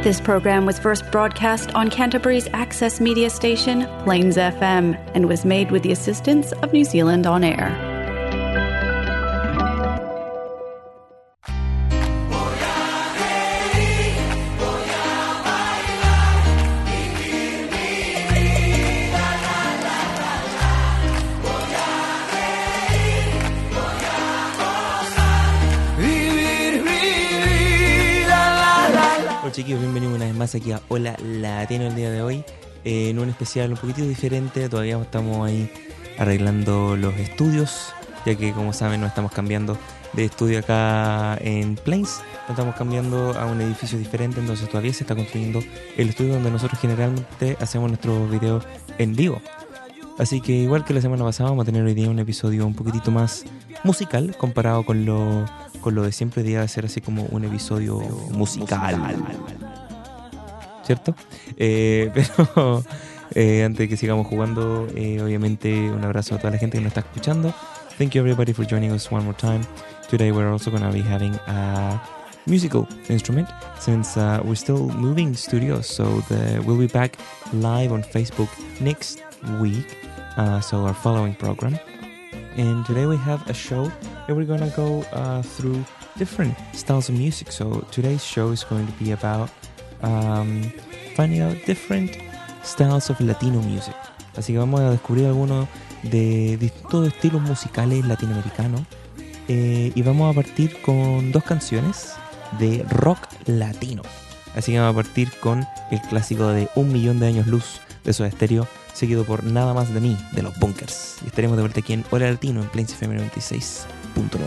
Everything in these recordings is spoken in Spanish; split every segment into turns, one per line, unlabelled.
This program was first broadcast on Canterbury's access media station, Plains FM, and was made with the assistance of New Zealand On Air.
Chiquillos, bienvenidos una vez más aquí a Hola Latino el día de hoy, en un especial un poquitito diferente. Todavía estamos ahí arreglando los estudios, ya que como saben nos estamos cambiando de estudio acá en Plains, nos estamos cambiando a un edificio diferente, entonces todavía se está construyendo el estudio donde nosotros generalmente hacemos nuestros videos en vivo. Así que igual que la semana pasada vamos a tener hoy día un episodio un poquitito más musical comparado con lo de siempre. Hoy día va a ser así como un episodio musical. ¿Cierto? Pero antes de que sigamos jugando, obviamente un abrazo a toda la gente que nos está escuchando. Thank you everybody for joining us one more time. Today we're also going to be having a musical instrument since we're still moving studios. So we'll be back live on Facebook next week. So our following program. And today we have a show that we're going to go through different styles of music. So today's show is going to be about finding out different styles of Latino music. Así que vamos a descubrir algunos de distintos estilos musicales latinoamericanos. Y vamos a partir con dos canciones de rock latino. Así que vamos a partir con el clásico de Un Millón de Años Luz de Soda Stereo, seguido por Nada Más de Mí de Los Bunkers. Y estaremos de vuelta aquí en Hola Latino en Plains FM 96.9.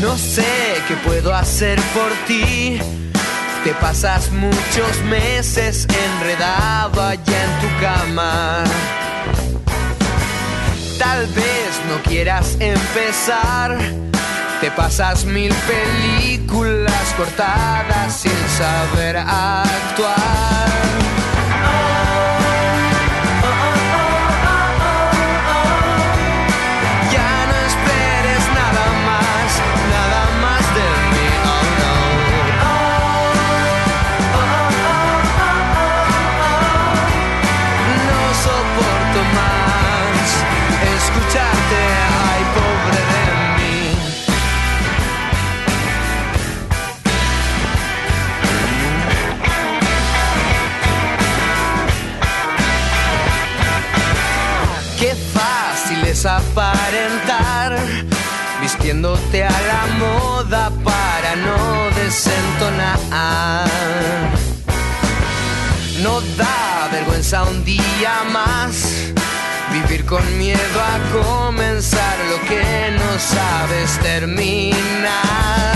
No sé qué puedo hacer por ti. Te pasas muchos meses enredado allá en tu cama. Tal vez no quieras empezar. Te pasas 1000 películas cortadas sin saber actuar. Ay, pobre de mí. Qué fácil es aparentar, vistiéndote a la moda para no desentonar. No da vergüenza un día más vivir con miedo a comenzar lo que no sabes terminar.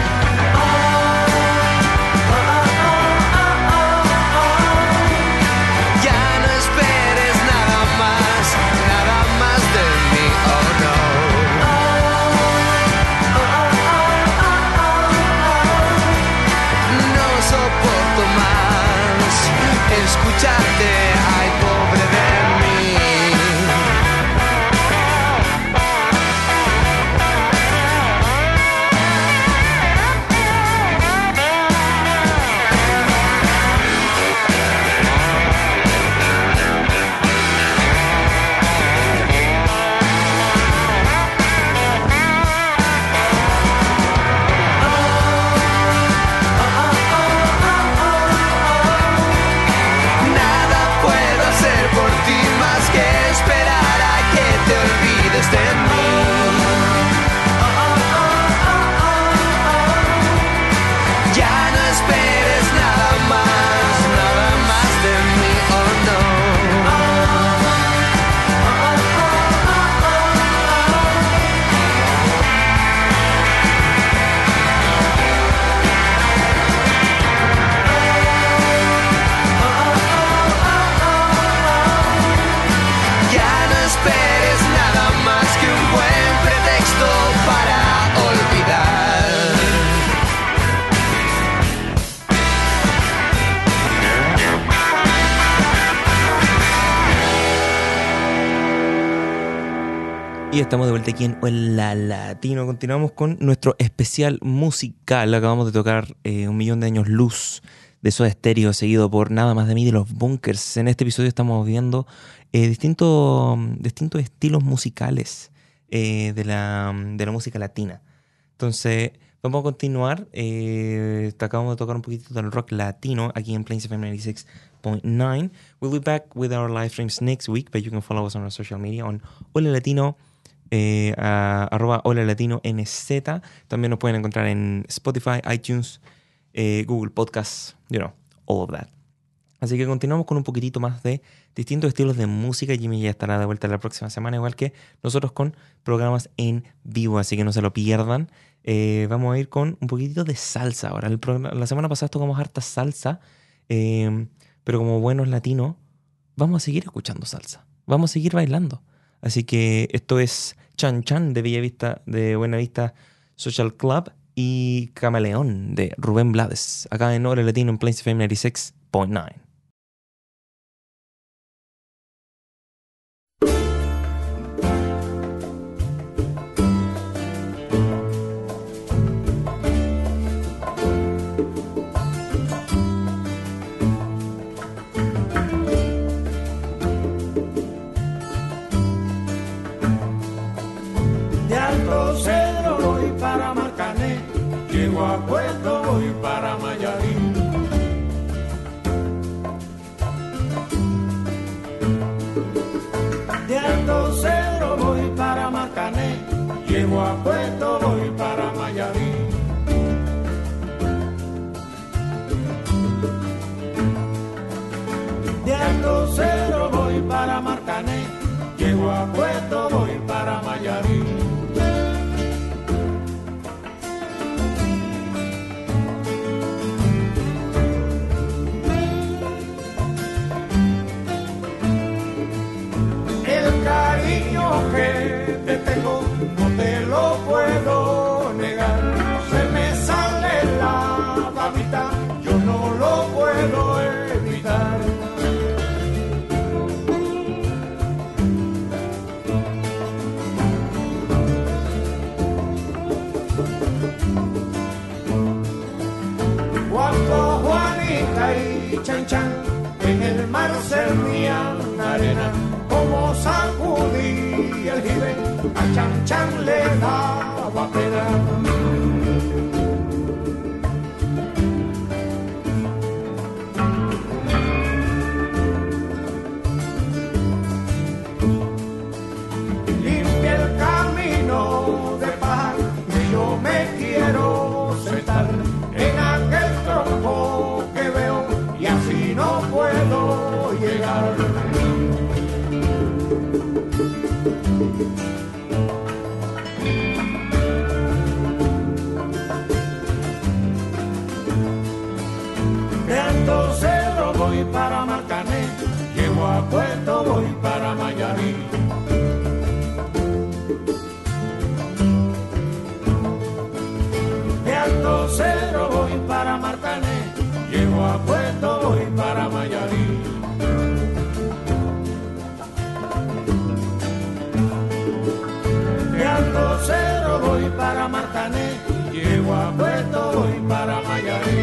Ya no esperes nada más de mí, oh no. No soporto más escucharte, ay, pobre de mí.
Y estamos de vuelta aquí en Hola Latino. Continuamos con nuestro especial musical. Acabamos de tocar 1.000.000 de años luz de Soda Stereo, seguido por Nada más de mí de los Bunkers. En este episodio estamos viendo distintos estilos musicales de la música latina. Entonces, vamos a continuar. Acabamos de tocar un poquito del rock latino aquí en Plains FM 96.9. We'll be back with our live streams next week, but you can follow us on our social media on Hola Latino, @Hola Latino NZ. También nos pueden encontrar en Spotify, iTunes, Google Podcasts, all of that. Así que continuamos con un poquitito más de distintos estilos de música. Jimmy ya estará de vuelta la próxima semana, igual que nosotros, con programas en vivo, así que no se lo pierdan. Vamos a ir con un poquitito de salsa ahora. La semana pasada tocamos harta salsa, pero como buenos latinos vamos a seguir escuchando salsa, vamos a seguir bailando. Así que esto es Chan Chan de Bellavista, de Buenavista Social Club, y Camaleón de Rubén Blades, acá en Hola Latino en Plains FM 96.9.
A Puerto voy para Mayarín. De Alto Cedro voy para Marcané. Llego a Puerto voy para Mayarín. De Alto Cedro voy para Marcané. Llego a Puerto voy para Mayarín. que te tengo, no te lo puedo negar. Se me sale la babita, yo no lo puedo evitar. Cuando Juanita y Chan Chan en el mar servían arena, como sacudí el jibe, a Chan Chan le daba pena. Limpia el camino de paz, que yo me quiero sentar en aquel tronco que veo y así no puedo llegar. De Alto Cerro voy para Marcané, llego a Puerto, voy para Mayarí. De Alto Cerro voy para Marcané, llego a Puerto, voy para Mayarí. De Alto Cerro voy para Marcané, llego a Puerto, voy para Mayarí.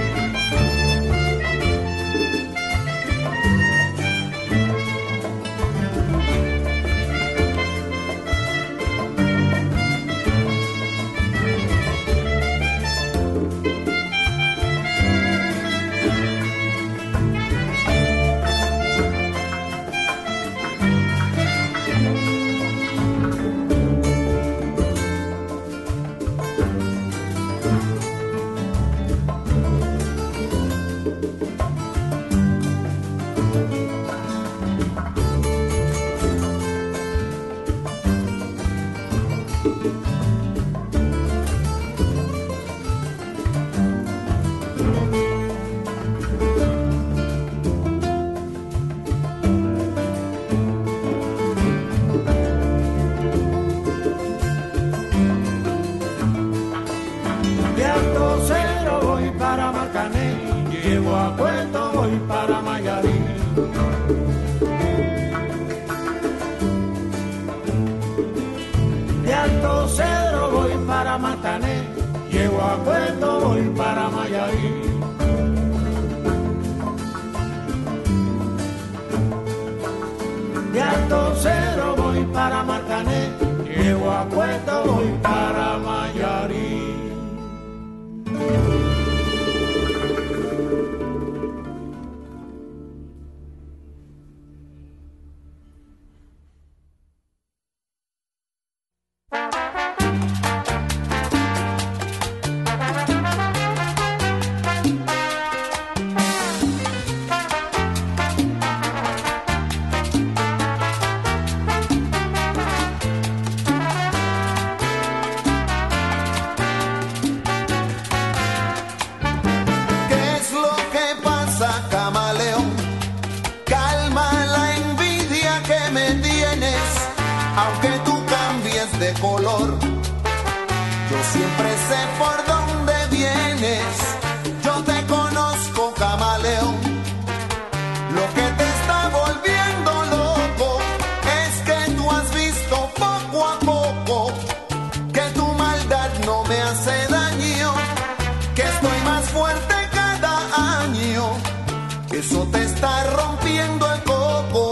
De Alto Cerro voy para Marcané, llego a Puerto, voy para Mayarí. De Alto Cerro voy para Marcané, llego a Puerto, voy para Mayarí. De Alto Cerro voy para Marcané, llego a Puerto, voy para Mayarí.
Aunque tú cambies de color, yo siempre sé por dónde vienes. Yo te conozco, camaleón. Lo que te está volviendo loco es que tú has visto poco a poco que tu maldad no me hace daño, que estoy más fuerte cada año. Eso te está rompiendo el coco.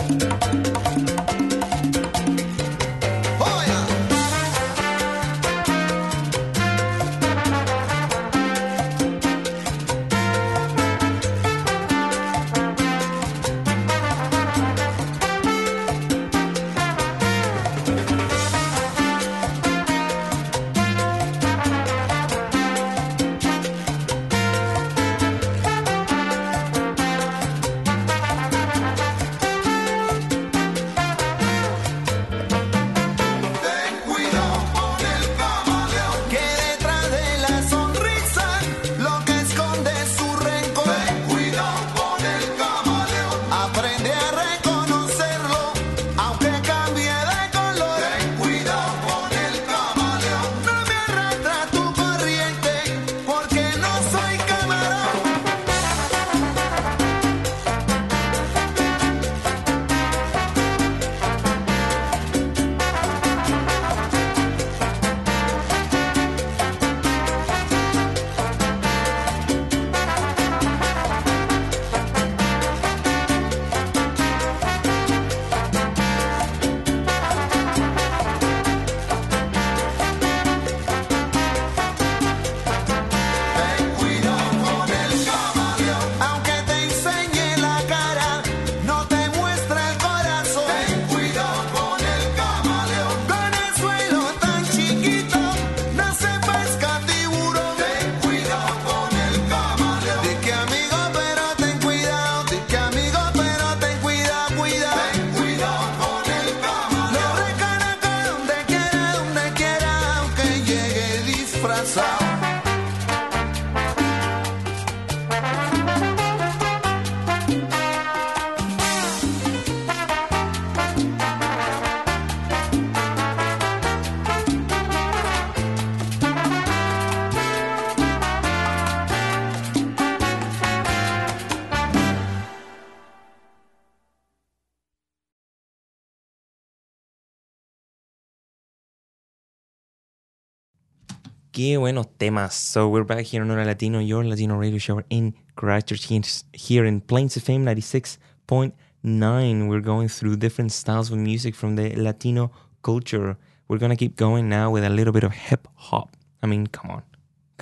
Qué buenos temas. So we're back here on Hora Latino, your Latino radio show in Christchurch, here in Plains FM 96.9. We're going through different styles of music from the Latino culture. We're going to keep going now with a little bit of hip hop. I mean, come on.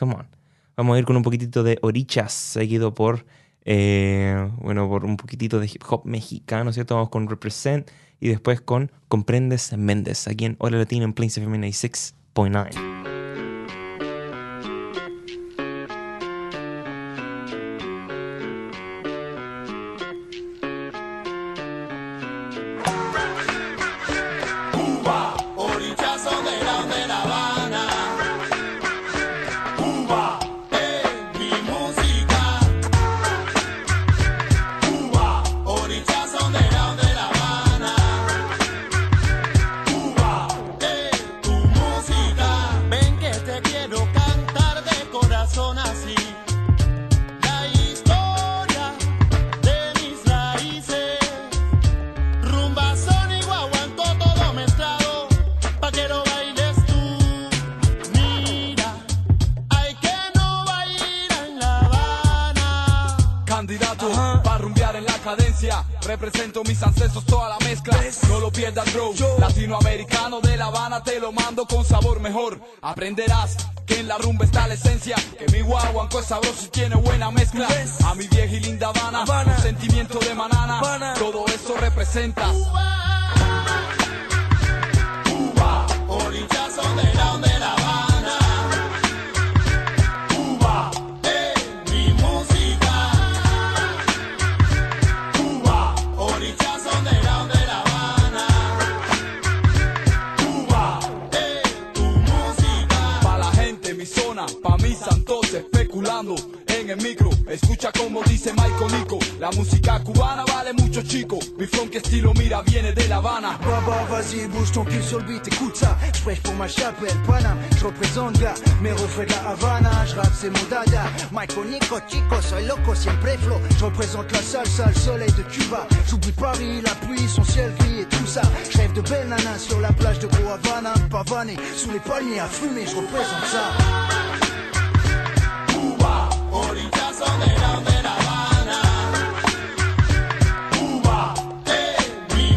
Vamos a ir con un poquitito de Orichas, seguido por, por un poquitito de hip hop mexicano, ¿cierto? Vamos con Represent y después con Comprendes Méndez, aquí en Hora Latino en Plains FM 96.9.
Represento mis ancestros, toda la mezcla. No lo pierdas, bro. Latinoamericano de La Habana, te lo mando con sabor mejor. Aprenderás que en la rumba está la esencia, que mi guaguanco es sabroso y tiene buena mezcla. A mi vieja y linda Habana, un sentimiento de manana. Todo eso representa Cuba, orichazo de La Habana. Especulando en el micro, escucha como dice Michael Nico. La música cubana vale mucho, chico. Mi funk estilo, mira, viene de La Habana.
Baba, vas-y, bouge ton cul sur le beat, écoute ça. J'prêche pour ma chapelle, Paname. J'représente gars, mes refrains de La Habana. J'rappe, c'est mon dada. Michael Nico, chico, soy loco, siempre flow. J'représente la salsa, le soleil de Cuba. J'oublie Paris, la pluie, son ciel gris et tout ça. J'rêve de belles nanas sur la plage de Gros Havana. Pavané, sous les palmiers à fumer, j'représente ça.
Orichazo de La Habana. Cuba es mi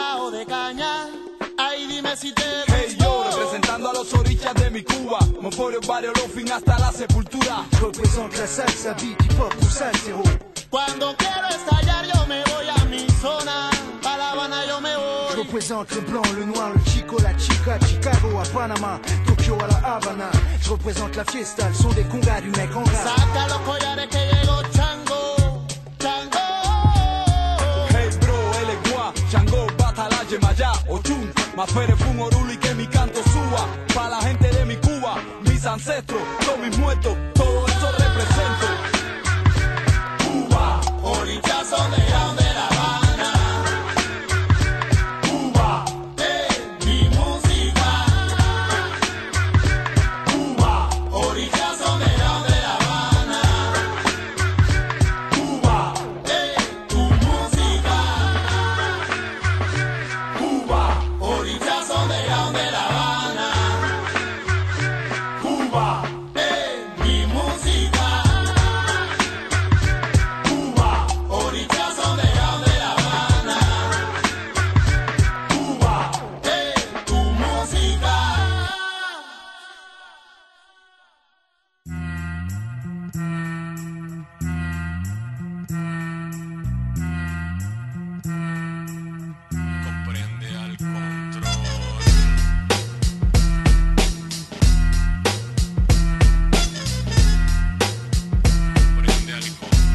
bajo de caña. Ay, dime si te gustó.
Hey yo, representando a los orichas de mi Cuba. Moforio, barrio, Lofin hasta la sepultura.
Représente la salsa, beat, hip hop, tout ça, zéro.
Cuando quiero estallar yo me voy a mi zona. A La Habana yo me voy.
Je représente le blanc, le noir, le chico, la chica, Chicago à Panama, Tokyo à La Habana. Je représente la fiesta, le son des congas du mec en rap.
Saca los collares que llegó Chango, Chango.
Hey bro, él es Gua, Chango, Batala, Yemayá, Ochun, Mafere, Fun, Oruli, que mi canto suba. Pa' la gente de mi Cuba, mis ancestros, todos mis muertos, todo eso represento.
Cuba, orichazo de grande La Habana. Cuba, mi música. Cuba, orichazo de grande La Habana. Cuba, tu música. Cuba, orichazo de grande La Habana. Cuba, mi música. Cuba, orichazo de grande La Habana. Cuba, tu música.
Comprende al control. Comprende al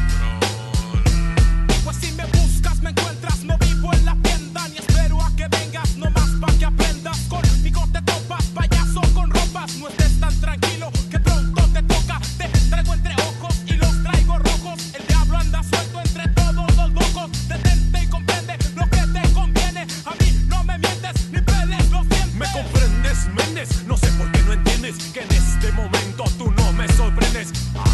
control.
Pues si me buscas me encuentras, no vivo en la tienda ni espero a que vengas, nomás pa' que aprendas. Conmigo te topas, payaso con ropas, no estés tan tranquilo que pronto te toca. Te traigo entre ojos y los traigo rojos, el diablo anda suelto entre todos los locos. Detente y comprende lo que te conviene, a mí no me mientes ni peles los dientes.
¿Me comprendes, Méndez? No sé por qué no entiendes que en este momento tú no me sorprendes.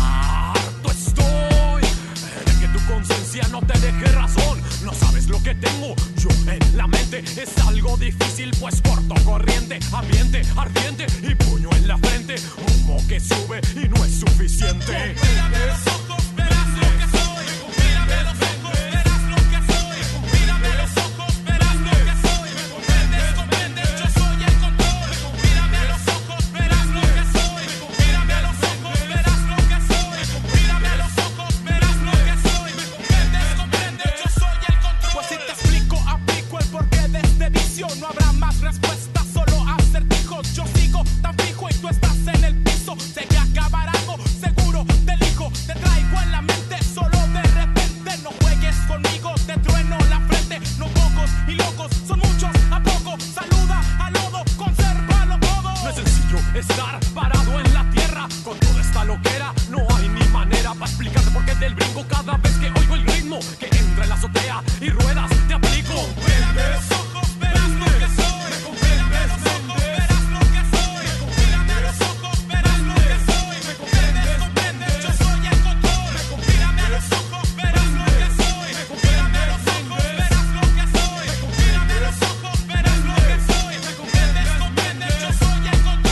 Harto estoy de que tu conciencia no te deje razón. No sabes lo que tengo yo en la mente. Es algo difícil, pues corto corriente, ambiente ardiente y puño en la frente. Humo que sube y no es suficiente.
Mírame los ojos, verás lo que soy. Mírame los ojos, verás lo que soy. Mírame los ojos, verás lo que soy. ¿Me comprendes? Comprendes, yo soy el control. Mírame los ojos, verás lo que soy. Mírame los ojos, verás lo que soy. Mírame los ojos, verás lo que soy. ¿Me comprendes? Comprendes, yo soy el control. Pues si te explico, aplico el porqué de este vicio. No habrá más respuestas, solo acertijos. Yo sigo tan fijo y tú estás en el piso. Sé que acabará algo, seguro te elijo. Te traigo en la mente, solo de repente. No juegues conmigo, te trueno la frente. No pocos y locos, son muchos a poco. Saluda al lodo, consérvalo todo.
No es sencillo estar parado en la tierra con toda esta loquera. No hay ni manera para explicarte por qué del brinco cada vez que oigo el ritmo que entra en la azotea y ruedas te aplico.
Mírame los ojos, verás lo que soy. Mírame los ojos, verás lo que soy. Mírame los ojos, verás lo que soy. ¿Me comprendes? Comprendes, yo soy el control. Mírame los ojos, verás lo que soy. Mírame los ojos, verás lo que soy. Mírame los ojos, verás lo que soy. ¿Me comprendes? Comprendes, yo soy el control.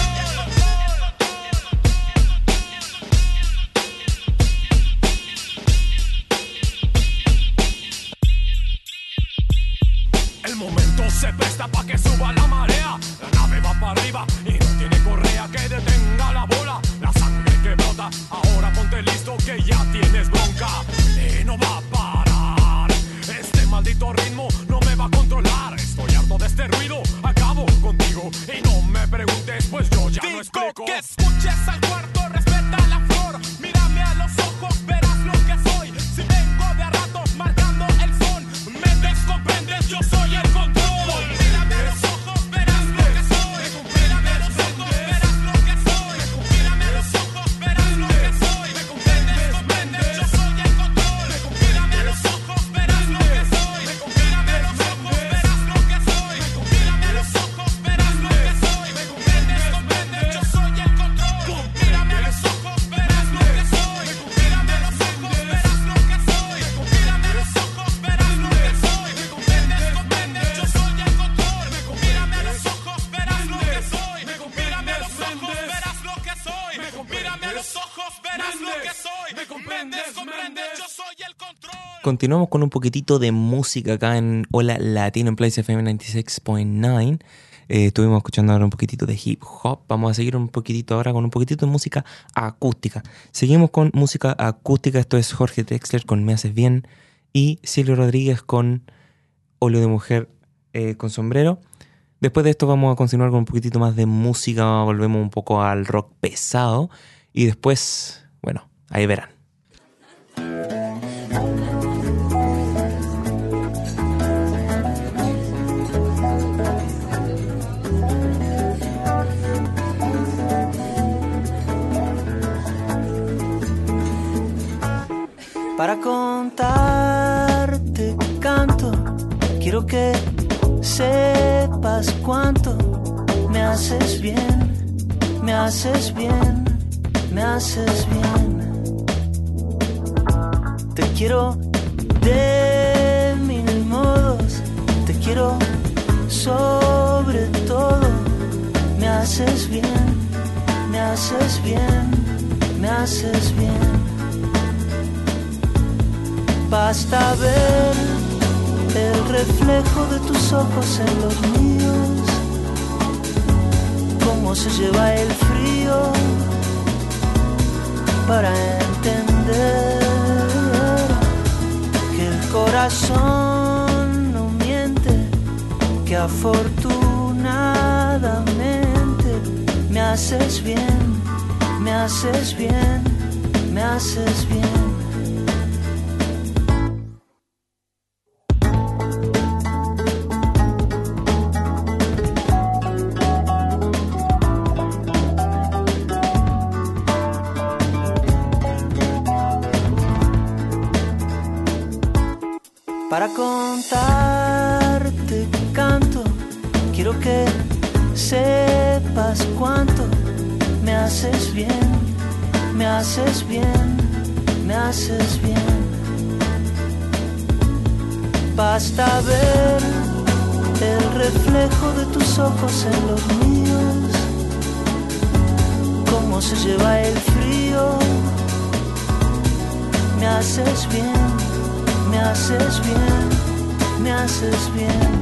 El momento se presta pa' que suba la marea. La nave va para arriba y no tiene correa que detenga la bola. La sangre que brota, ahora ponte listo que ya tienes bronca. Y no va a parar. Este maldito ritmo no me va a controlar. Estoy harto de este ruido, acabo contigo. Y no me preguntes, pues yo ya no explico.
Que escuches al cuarto, respeta la flor. Mírame a los ojos, verás lo que soy. Si vengo de a rato marcando el son, me descomprendes, yo soy el control. Mírame a los ojos, verás lo que soy. Mírame a los ojos, verás lo que soy. Mírame a los ojos, verás lo que soy. ¿Me comprendes? Comprendes, yo soy el control. Mírame a los ojos, verás lo que soy. Mírame a los ojos, verás lo que soy.
continuamos con un poquitito de música acá en Hola Latino en Place FM 96.9. Estuvimos escuchando ahora un poquitito de hip hop. Vamos a seguir un poquitito ahora con un poquitito de música acústica. Seguimos con música acústica. Esto es Jorge Drexler con Me Haces Bien y Silvio Rodríguez con Óleo de Mujer con sombrero. Después de esto vamos a continuar con un poquitito más de música. Volvemos un poco al rock pesado y después, bueno, ahí verán.
Para contarte canto, quiero que sepas cuánto me haces bien, me haces bien, me haces bien. Te quiero de mil modos, te quiero sobre todo. Me haces bien, me haces bien, me haces bien. Basta ver el reflejo de tus ojos en los míos, cómo se lleva el frío para entender que el corazón no miente, que afortunadamente me haces bien, me haces bien, me haces bien. Para contarte canto, quiero que sepas cuánto me haces bien, me haces bien, me haces bien. Basta ver el reflejo de tus ojos en los míos, cómo se lleva el frío. Me haces bien, me haces bien, me haces bien.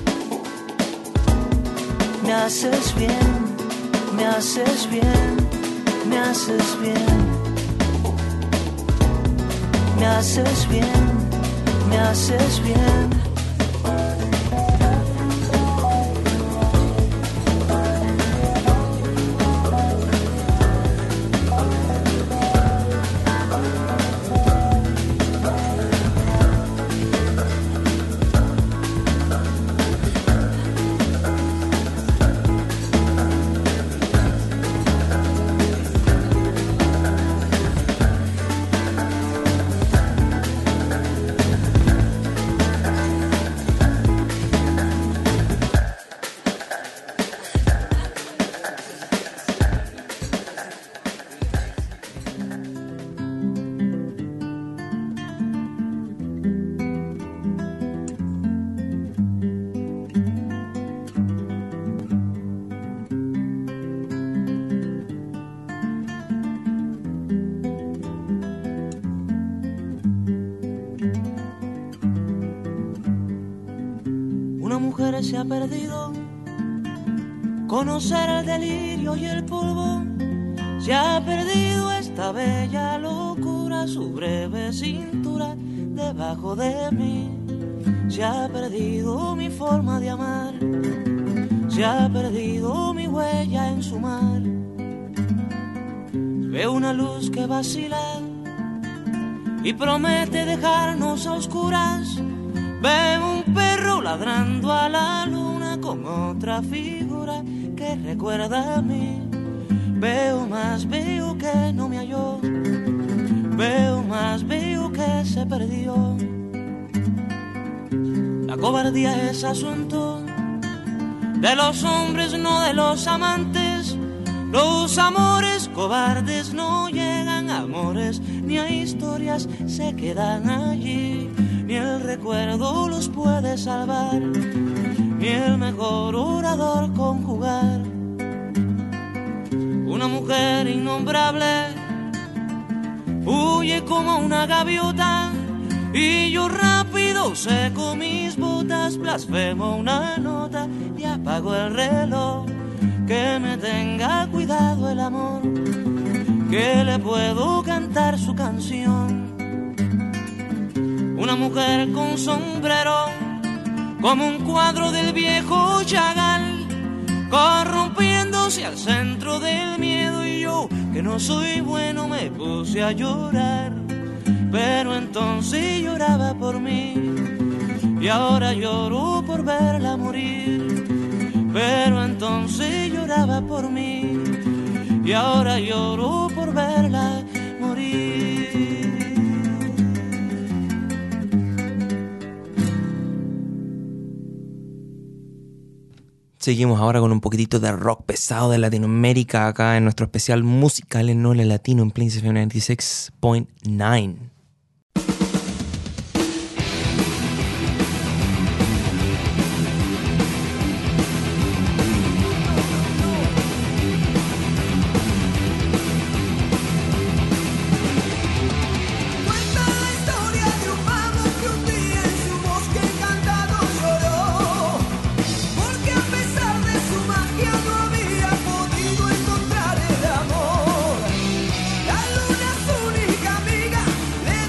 Me haces bien, me haces bien, me haces bien. Me haces bien, me haces bien.
Se ha perdido conocer el delirio y el polvo. Se ha perdido esta bella locura, su breve cintura debajo de mí. Se ha perdido mi forma de amar, se ha perdido mi huella en su mar. Veo una luz que vacila y promete dejarnos a oscuras. Veo un perro ladrando a la luna con otra figura que recuerda a mí. Veo más, veo que no me halló. Veo más, veo que se perdió. La cobardía es asunto de los hombres, no de los amantes. Los amores cobardes no llegan a amores, ni a historias se quedan allí. Ni el recuerdo los puede salvar, ni el mejor orador conjugar. Una mujer innombrable huye como una gaviota, Y yo rápido seco mis botas, blasfemo una nota y apago el reloj. Que me tenga cuidado el amor, que le puedo cantar su canción. Una mujer con sombrero, como un cuadro del viejo Chagall, corrompiéndose al centro del miedo. Y yo, que no soy bueno, me puse a llorar. Pero entonces lloraba por mí y ahora lloro por verla morir. Pero entonces lloraba por mí y ahora lloro por verla morir.
Seguimos ahora con un poquitito de rock pesado de Latinoamérica acá en nuestro especial musical en Nola Latino en Plains FM 96.9.
La luna es única amiga, le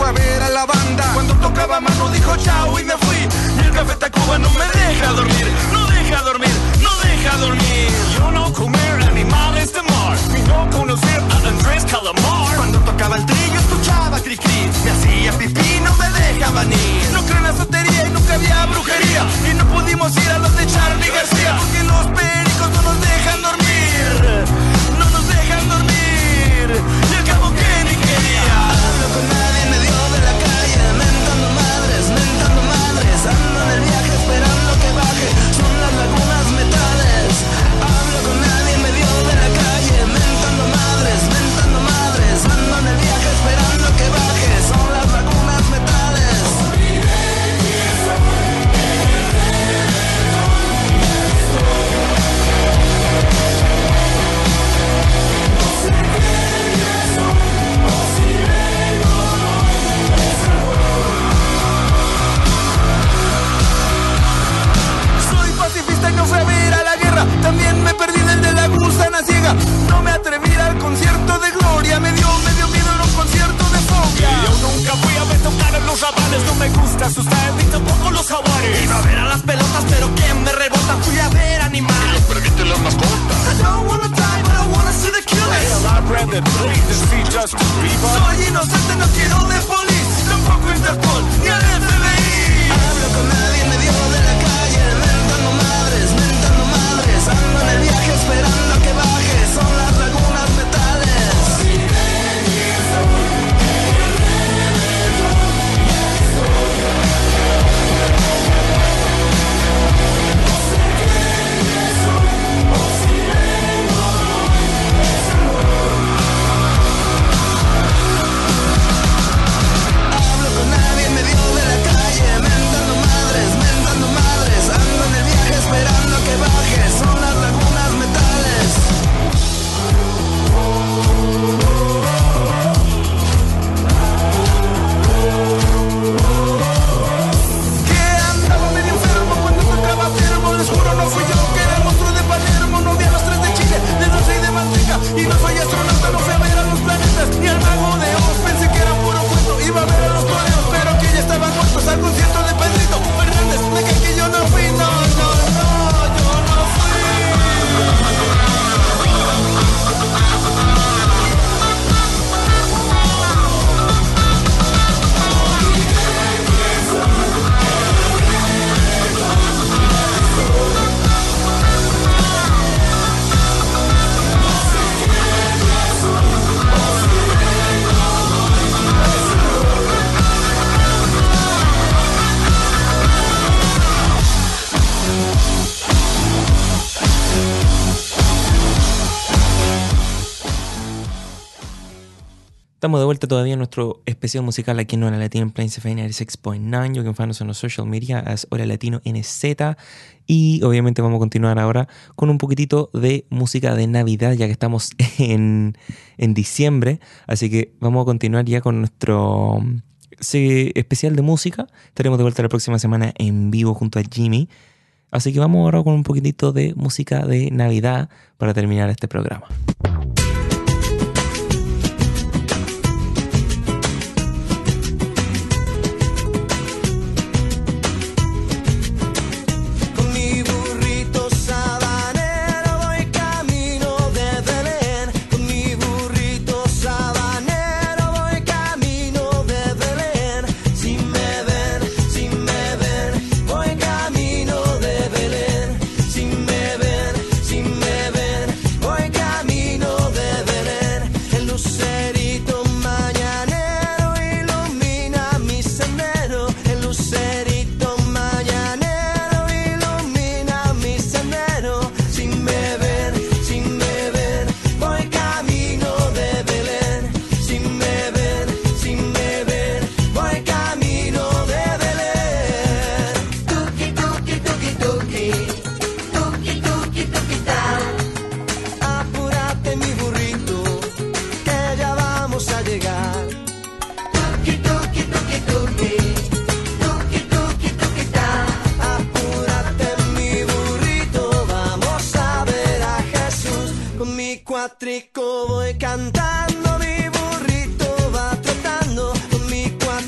fue a ver a la banda. Cuando tocaba Manu dijo chao y me fui. Y el Café Tacuba no me deja dormir. No deja dormir, no deja dormir.
Yo no comer animales de mar y no conocer a Andrés Calamar.
Cuando tocaba el trillo escuchaba cri-cri. Me hacía pipí, no me dejaban ir. No creo en la sotería y nunca había brujería. Y no pudimos ir a los de Charlie García, porque los pericos no nos dejan dormir. No nos dejan dormir. Y al cabo que ni quería.
Hablo con nadie en medio de la calle, mentando madres, ando en el viaje esperando que baje, son las lagunas metales. Hablo con nadie en medio de la calle, mentando madres, ando en el viaje esperando que baje, son las lagunas metales.
No fui a ver a la guerra, también me perdí del de la gusana ciega. No me atreví a ir al concierto de Gloria, me dio miedo en un concierto de Fobia.
Y yo nunca fui a ver tocar en los rabales, no me gusta asustar ni tampoco los jaguares.
Iba a ver a las pelotas, pero ¿quién me rebota? Fui a ver animales.
Pero permite las mascotas.
I don't wanna die, but I wanna see the killers.
I'd rather bleed than see Justin Bieber.
Soy inocente, no quiero de police, tampoco Interpol, ni al FBI.
Hablo con nadie en medio de la calle, mentando madres, ando en el viaje esperando que baje, son las lagunas metales. Hablo con nadie en medio de la calle, mentando madres, ando en el viaje esperando que baje, son las lagunas metales.
Que andaba medio enfermo cuando tocaba termo, les juro no fui yo, que era el monstruo de Palermo. No vi a los tres de Chile, de Dulce y de Manteca, y no soy astronauta, no fui a ver a los planetas, ni al mago de Oz, pensé que era puro cuento. Iba a ver a los toreros, pero que ya estaban muertos. Al concierto de Pedrito Fernández, de que yo no fui, no, yo no fui.
Estamos de vuelta todavía en nuestro especial musical aquí en Hora Latino en Plains FM 96.9. You can find us on our social media as Hora Latino NZ. Y obviamente vamos a continuar ahora con un poquitito de música de Navidad, ya que estamos en diciembre. Así que vamos a continuar ya con nuestro especial de música. Estaremos de vuelta la próxima semana en vivo junto a Jimmy. Así que vamos ahora con un poquitito de música de Navidad para terminar este programa.
cuatrico voy cantando, mi burrito va trotando, con mi cuatrico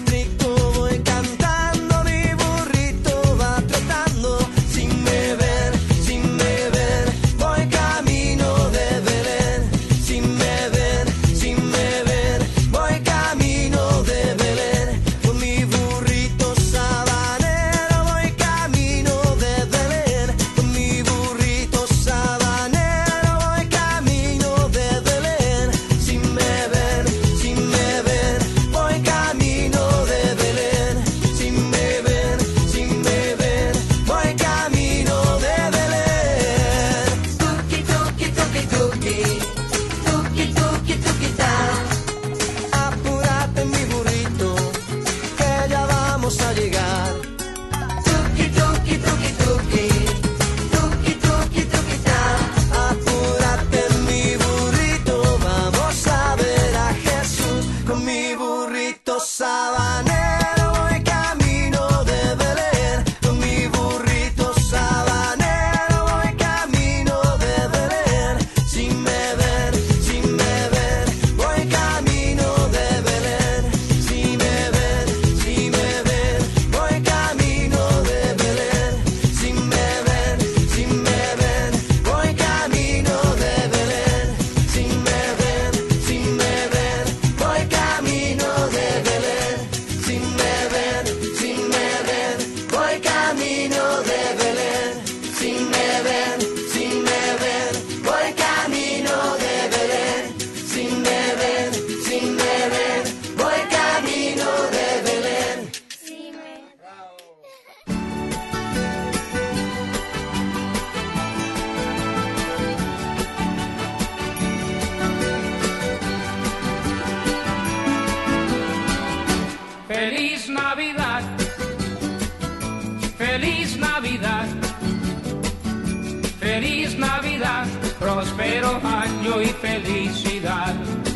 próspero año y felicidad.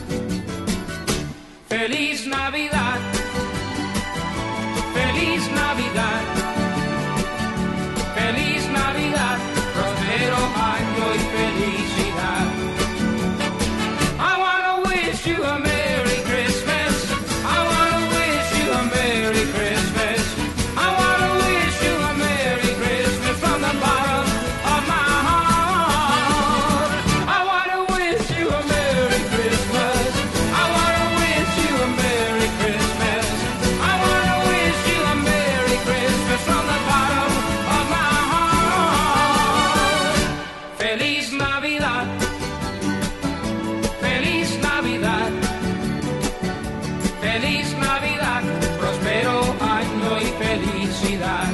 Feliz Navidad, feliz Navidad, feliz Navidad, próspero año y felicidad. I wanna wish you a Merry Christmas. I wanna wish you a Merry Christmas. I wanna wish you a Merry Christmas from the bottom of my heart. I wanna wish you a Merry Christmas. I wanna wish you a Merry Christmas. I wanna wish you a Merry Christmas from the bottom of my heart. Feliz Navidad. Feliz Navidad. Feliz Navidad. Próspero año y felicidad.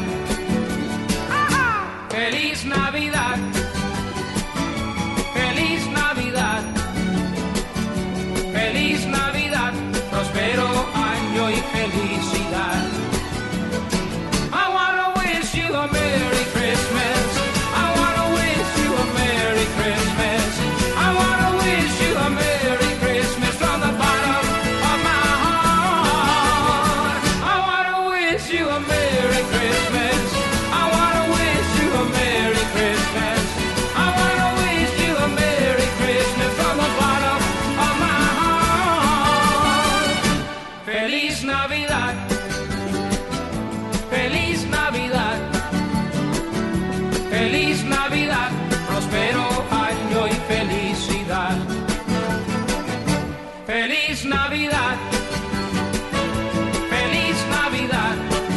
Feliz Navidad. Feliz Navidad. Feliz Navidad. Próspero año y felicidad. I wanna wish you a Merry Christmas. I wanna wish you a Merry Christmas. I wanna wish you a Merry Christmas from the bottom of my heart. I wanna wish you a Merry Christmas. I wanna wish you a Merry Christmas. I wanna wish you a Merry Christmas from the bottom of my heart. Feliz Navidad. Feliz Navidad. Feliz Navidad. Próspero año y felicidad. Feliz Navidad. Feliz Navidad.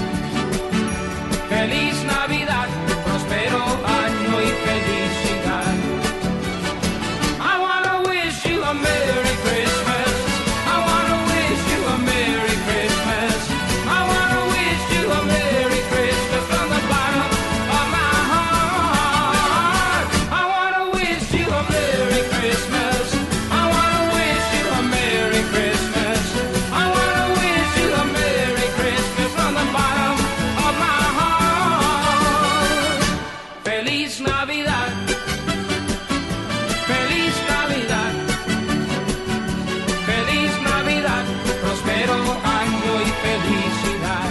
Feliz Navidad. Próspero año y felicidad. I wanna wish you a Merry Christmas. I wanna wish you a Merry Christmas. I wanna wish you a Merry Christmas from the bottom of my heart. I wanna wish you a Merry Christmas. I wanna wish you a Merry Christmas. I wanna wish you a Merry Christmas from the bottom of my heart. Feliz Navidad. Feliz Navidad. Feliz Navidad. Próspero año y felicidad.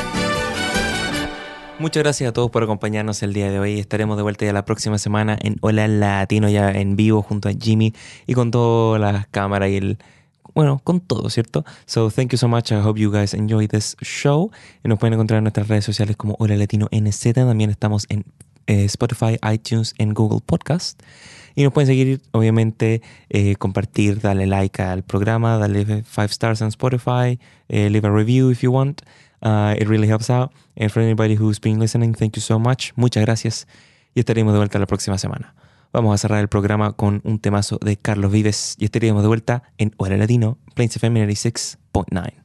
Muchas gracias a todos por acompañarnos el día de hoy. Estaremos de vuelta ya la próxima semana en Hola Latino, ya en vivo junto a Jimmy y con todas las cámaras y con todo, ¿cierto? So, thank you so much. I hope you guys enjoy this show. Y nos pueden encontrar en nuestras redes sociales como Hola Latino NZ. También estamos en Spotify, iTunes, en Google Podcast. Y nos pueden seguir, obviamente, compartir, darle like al programa, darle 5 stars on Spotify, leave a review if you want. It really helps out. And for anybody who's been listening, thank you so much. Muchas gracias. Y estaremos de vuelta la próxima semana. Vamos a cerrar el programa con un temazo de Carlos Vives. Y estaremos de vuelta en Hora Latino, Plains FM 96.9.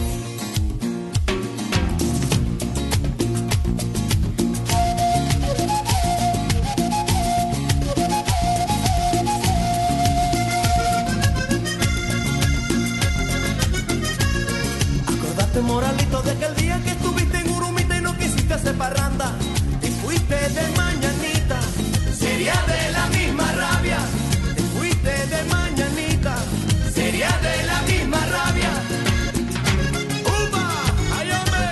Acordate, Moralito, de aquel día que estuviste en Urumita y no quisiste hacer parranda y fuiste de mañanita. Sería de la misma rabia. Te fuiste de mañanita. Sería de la misma rabia. ¡Upa! ¡Ay, hombre!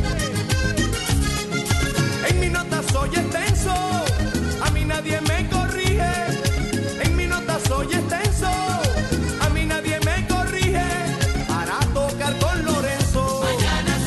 En mi nota soy extenso. A mí nadie me corrige. En mi nota soy extenso. A mí nadie me corrige. Para tocar con Lorenzo. Mañana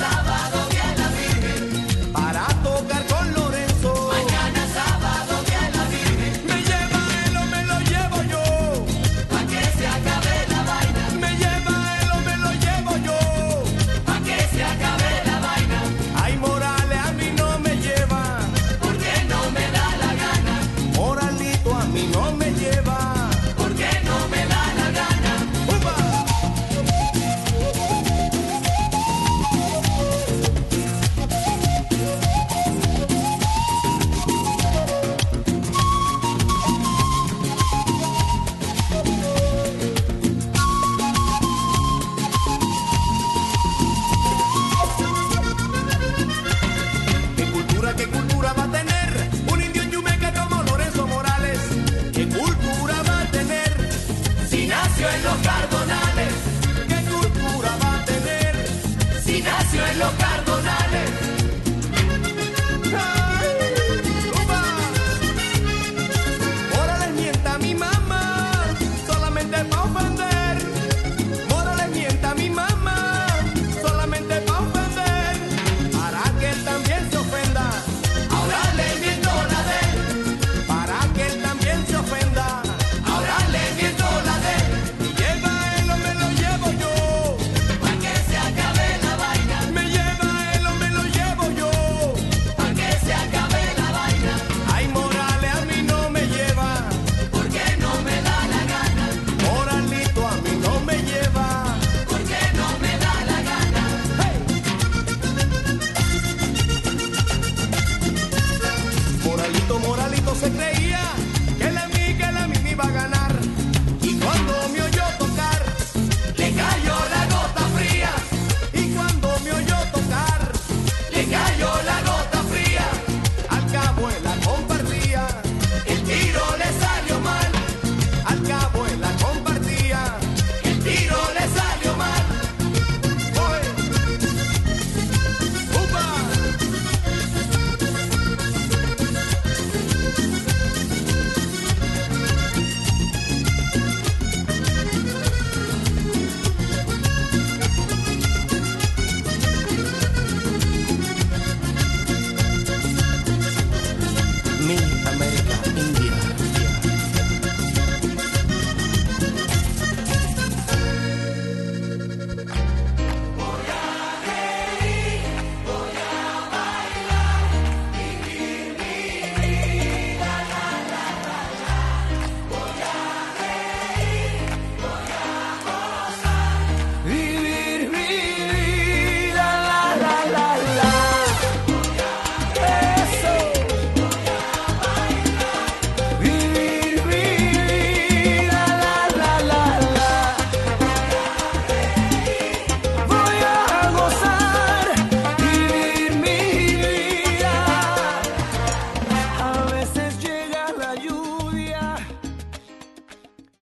nació en los Cardonales,
¿qué cultura va a tener?
si nació en los Cardonales.